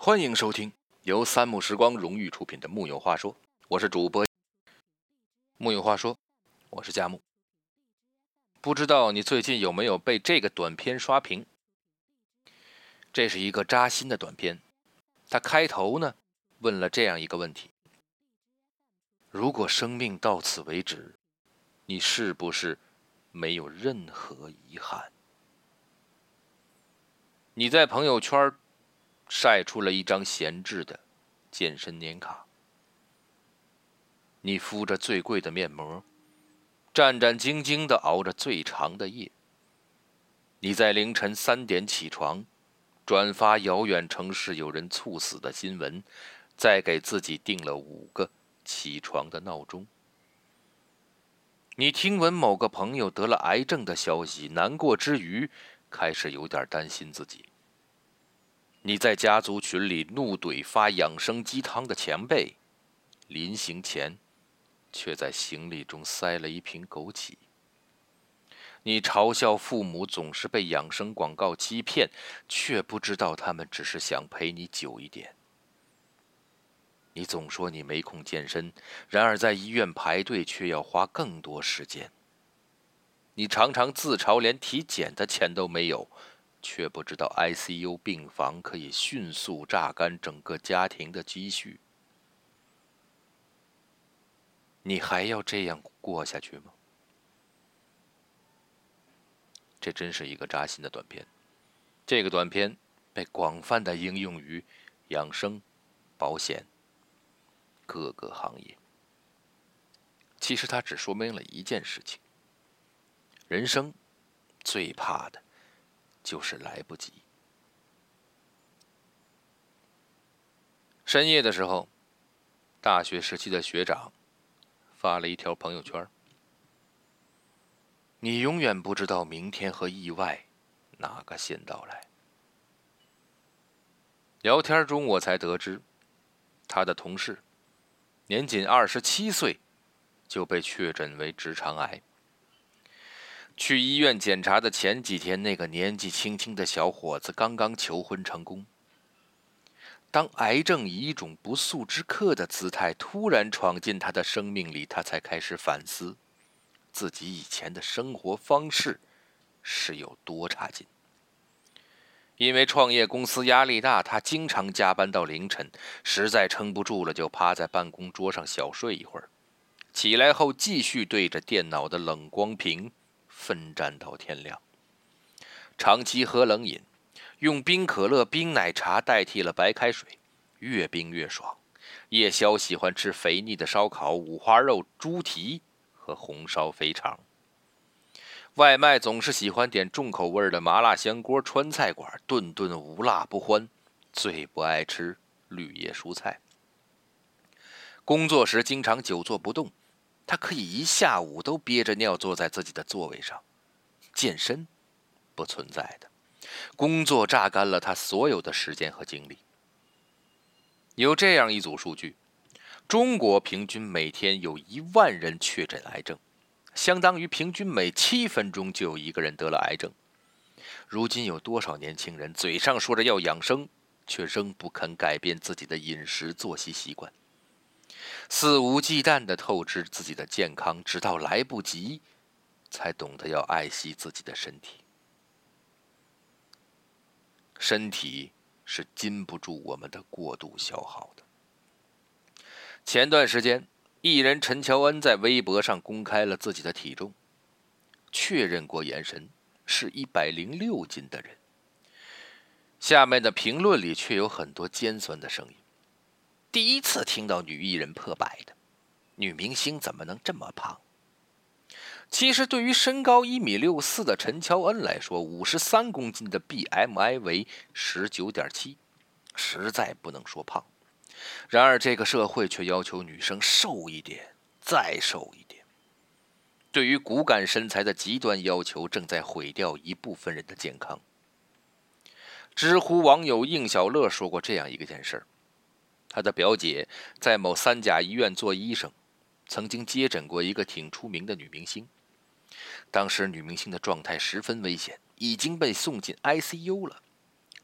欢迎收听由三木时光荣誉出品的《木有话说》，我是主播木有话说，我是佳木。不知道你最近有没有被这个短片刷屏？这是一个扎心的短片，它开头呢问了这样一个问题：如果生命到此为止，你是不是没有任何遗憾？你在朋友圈晒出了一张闲置的健身年卡，你敷着最贵的面膜，战战兢兢地熬着最长的夜。你在凌晨3点起床，转发遥远城市有人猝死的新闻，再给自己定了5个起床的闹钟。你听闻某个朋友得了癌症的消息，难过之余，开始有点担心自己。你在家族群里怒怼发养生鸡汤的前辈，临行前却在行李中塞了一瓶枸杞。你嘲笑父母总是被养生广告欺骗，却不知道他们只是想陪你久一点。你总说你没空健身，然而在医院排队却要花更多时间。你常常自嘲连体检的钱都没有，却不知道 ICU 病房可以迅速榨干整个家庭的积蓄。你还要这样过下去吗？这真是一个扎心的短片。这个短片被广泛的应用于养生、保险各个行业。其实它只说明了一件事情：人生最怕的就是来不及。深夜的时候，大学时期的学长发了一条朋友圈：你永远不知道明天和意外哪个先到来。聊天中我才得知，他的同事年仅27岁就被确诊为直肠癌。去医院检查的前几天，那个年纪轻轻的小伙子刚刚求婚成功。当癌症以一种不速之客的姿态突然闯进他的生命里，他才开始反思自己以前的生活方式是有多差劲。因为创业公司压力大，他经常加班到凌晨，实在撑不住了就趴在办公桌上小睡一会儿，起来后继续对着电脑的冷光屏奋战到天亮。长期喝冷饮，用冰可乐、冰奶茶代替了白开水，越冰越爽。夜宵喜欢吃肥腻的烧烤、五花肉、猪蹄和红烧肥肠。外卖总是喜欢点重口味的麻辣香锅、川菜馆，顿顿无辣不欢。最不爱吃绿叶蔬菜。工作时经常久坐不动，他可以一下午都憋着尿坐在自己的座位上。健身不存在的，工作榨干了他所有的时间和精力。有这样一组数据，中国平均每天有1万人确诊癌症，相当于平均每7分钟就有1个人得了癌症。如今有多少年轻人嘴上说着要养生，却仍不肯改变自己的饮食作息习惯，肆无忌惮地透支自己的健康，直到来不及才懂得要爱惜自己的身体。身体是经不住我们的过度消耗的。前段时间，艺人陈乔恩在微博上公开了自己的体重，确认过眼神，是106斤的人。下面的评论里却有很多尖酸的声音。第一次听到女艺人破100的，女明星怎么能这么胖？其实对于身高1.64米的陈乔恩来说，53公斤的 BMI 为19.7，实在不能说胖。然而这个社会却要求女生瘦一点，再瘦一点。对于骨感身材的极端要求正在毁掉一部分人的健康。知乎网友应小乐说过这样一件事：他的表姐在某3甲医院做医生，曾经接诊过一个挺出名的女明星。当时女明星的状态十分危险，已经被送进 ICU 了。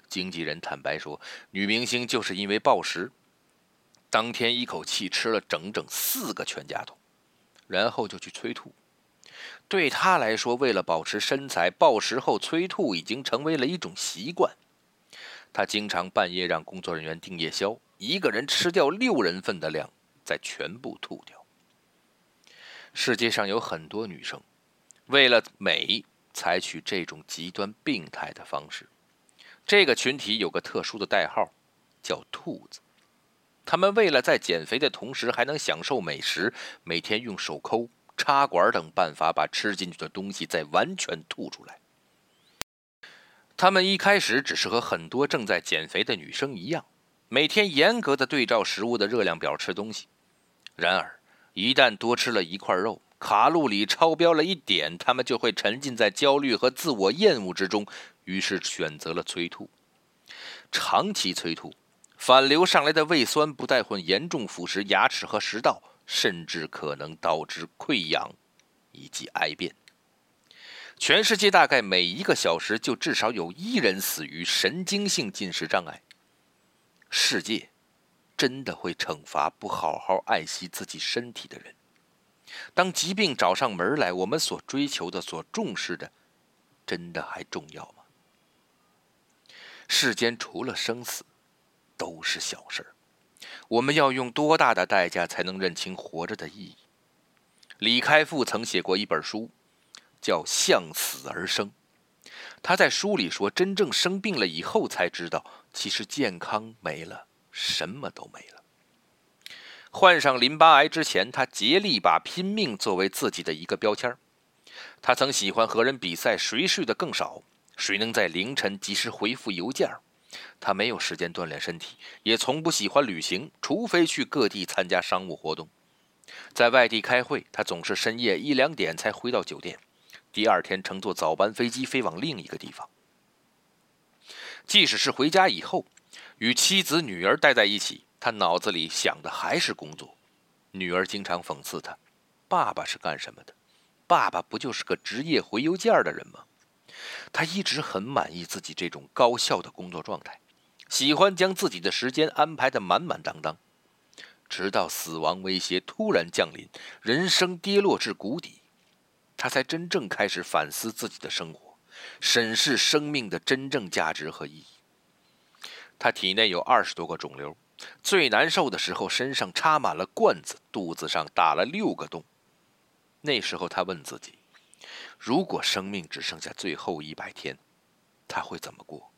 经纪人坦白说，女明星就是因为暴食，当天一口气吃了整整4个全家桶，然后就去催吐。对她来说，为了保持身材，暴食后催吐已经成为了一种习惯。她经常半夜让工作人员订夜宵，一个人吃掉6人份的量，再全部吐掉。世界上有很多女生为了美采取这种极端病态的方式。这个群体有个特殊的代号，叫兔子。他们为了在减肥的同时还能享受美食，每天用手抠、插管等办法把吃进去的东西再完全吐出来。他们一开始只是和很多正在减肥的女生一样，每天严格的对照食物的热量表吃东西。然而，一旦多吃了1块肉，卡路里超标了1点，他们就会沉浸在焦虑和自我厌恶之中，于是选择了催吐。长期催吐，反流上来的胃酸不带混严重腐蚀牙齿和食道，甚至可能导致溃疡以及癌变。全世界大概每1个小时就至少有1人死于神经性进食障碍。世界真的会惩罚不好好爱惜自己身体的人。当疾病找上门来，我们所追求的、所重视的，真的还重要吗？世间除了生死，都是小事。我们要用多大的代价才能认清活着的意义？李开复曾写过一本书，叫《向死而生》。他在书里说，真正生病了以后才知道，其实健康没了，什么都没了。患上淋巴癌之前，他竭力把拼命作为自己的一个标签。他曾喜欢和人比赛谁睡得更少，谁能在凌晨及时回复邮件。他没有时间锻炼身体，也从不喜欢旅行，除非去各地参加商务活动。在外地开会，他总是深夜1、2点才回到酒店，第2天乘坐早班飞机飞往另一个地方。即使是回家以后，与妻子女儿待在一起，他脑子里想的还是工作。女儿经常讽刺他，爸爸是干什么的？爸爸不就是个职业回邮件的人吗？他一直很满意自己这种高效的工作状态，喜欢将自己的时间安排得满满当当。直到死亡威胁突然降临，人生跌落至谷底，他才真正开始反思自己的生活，审视生命的真正价值和意义。他体内有20多个肿瘤，最难受的时候身上插满了罐子，肚子上打了6个洞。那时候他问自己，如果生命只剩下最后100天，他会怎么过？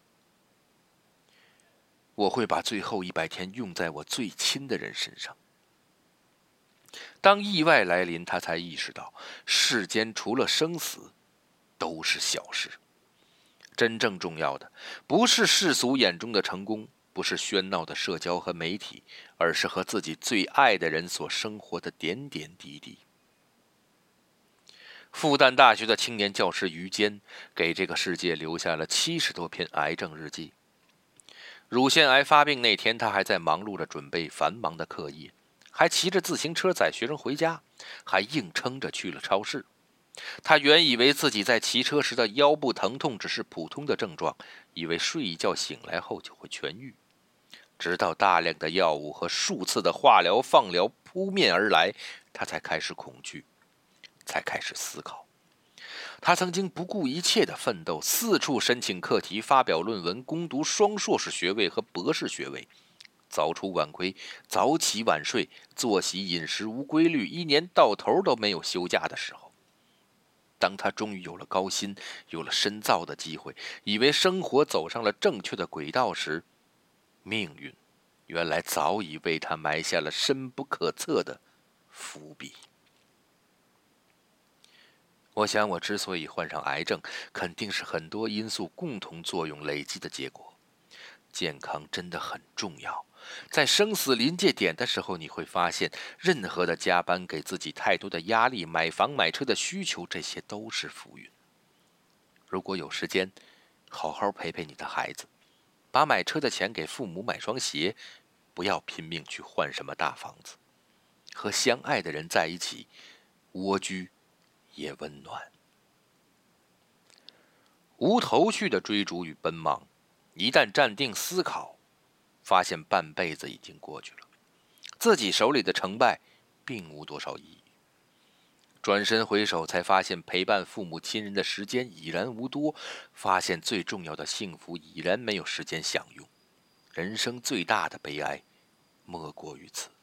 我会把最后100天用在我最亲的人身上。当意外来临，他才意识到，世间除了生死，都是小事。真正重要的，不是世俗眼中的成功，不是喧闹的社交和媒体，而是和自己最爱的人所生活的点点滴滴。复旦大学的青年教师于坚给这个世界留下了70多篇癌症日记。乳腺癌发病那天，他还在忙碌着准备繁忙的课业，还骑着自行车载学生回家，还硬撑着去了超市。他原以为自己在骑车时的腰部疼痛只是普通的症状，以为睡一觉醒来后就会痊愈。直到大量的药物和数次的化疗、放疗扑面而来，他才开始恐惧，才开始思考。他曾经不顾一切的奋斗，四处申请课题，发表论文，攻读双硕士学位和博士学位，早出晚归，早起晚睡，作息饮食无规律，一年到头都没有休假的时候。当他终于有了高薪，有了深造的机会，以为生活走上了正确的轨道时，命运原来早已为他埋下了深不可测的伏笔。我想，我之所以患上癌症，肯定是很多因素共同作用累积的结果。健康真的很重要，在生死临界点的时候，你会发现，任何的加班、给自己太多的压力、买房买车的需求，这些都是浮云。如果有时间，好好陪陪你的孩子，把买车的钱给父母买双鞋，不要拼命去换什么大房子。和相爱的人在一起，蜗居也温暖。无头绪的追逐与奔忙， 一旦站定思考，发现半辈子已经过去了，自己手里的成败并无多少意义。转身回首，才发现陪伴父母亲人的时间已然无多，发现最重要的幸福已然没有时间享用。人生最大的悲哀，莫过于此。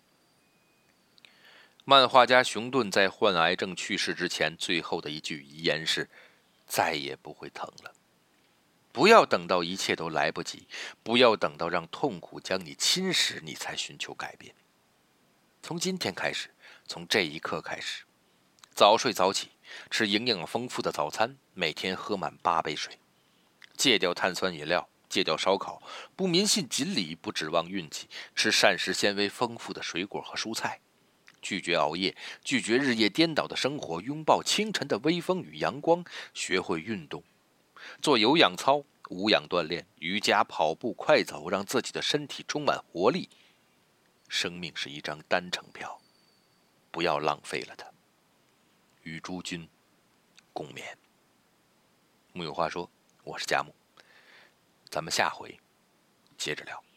漫画家熊顿在患癌症去世之前，最后的一句遗言是：再也不会疼了。不要等到一切都来不及，不要等到让痛苦将你侵蚀，你才寻求改变。从今天开始，从这一刻开始，早睡早起，吃营养丰富的早餐，每天喝满8杯水，戒掉碳酸饮料，戒掉烧烤，不迷信锦鲤，不指望运气，吃膳食纤维丰富的水果和蔬菜，拒绝熬夜，拒绝日夜颠倒的生活，拥抱清晨的微风与阳光，学会运动，做有氧操、无氧锻炼、瑜伽、跑步、快走，让自己的身体充满活力。生命是一张单程票，不要浪费了它。与诸君共勉。木有话说，我是佳木，咱们下回接着聊。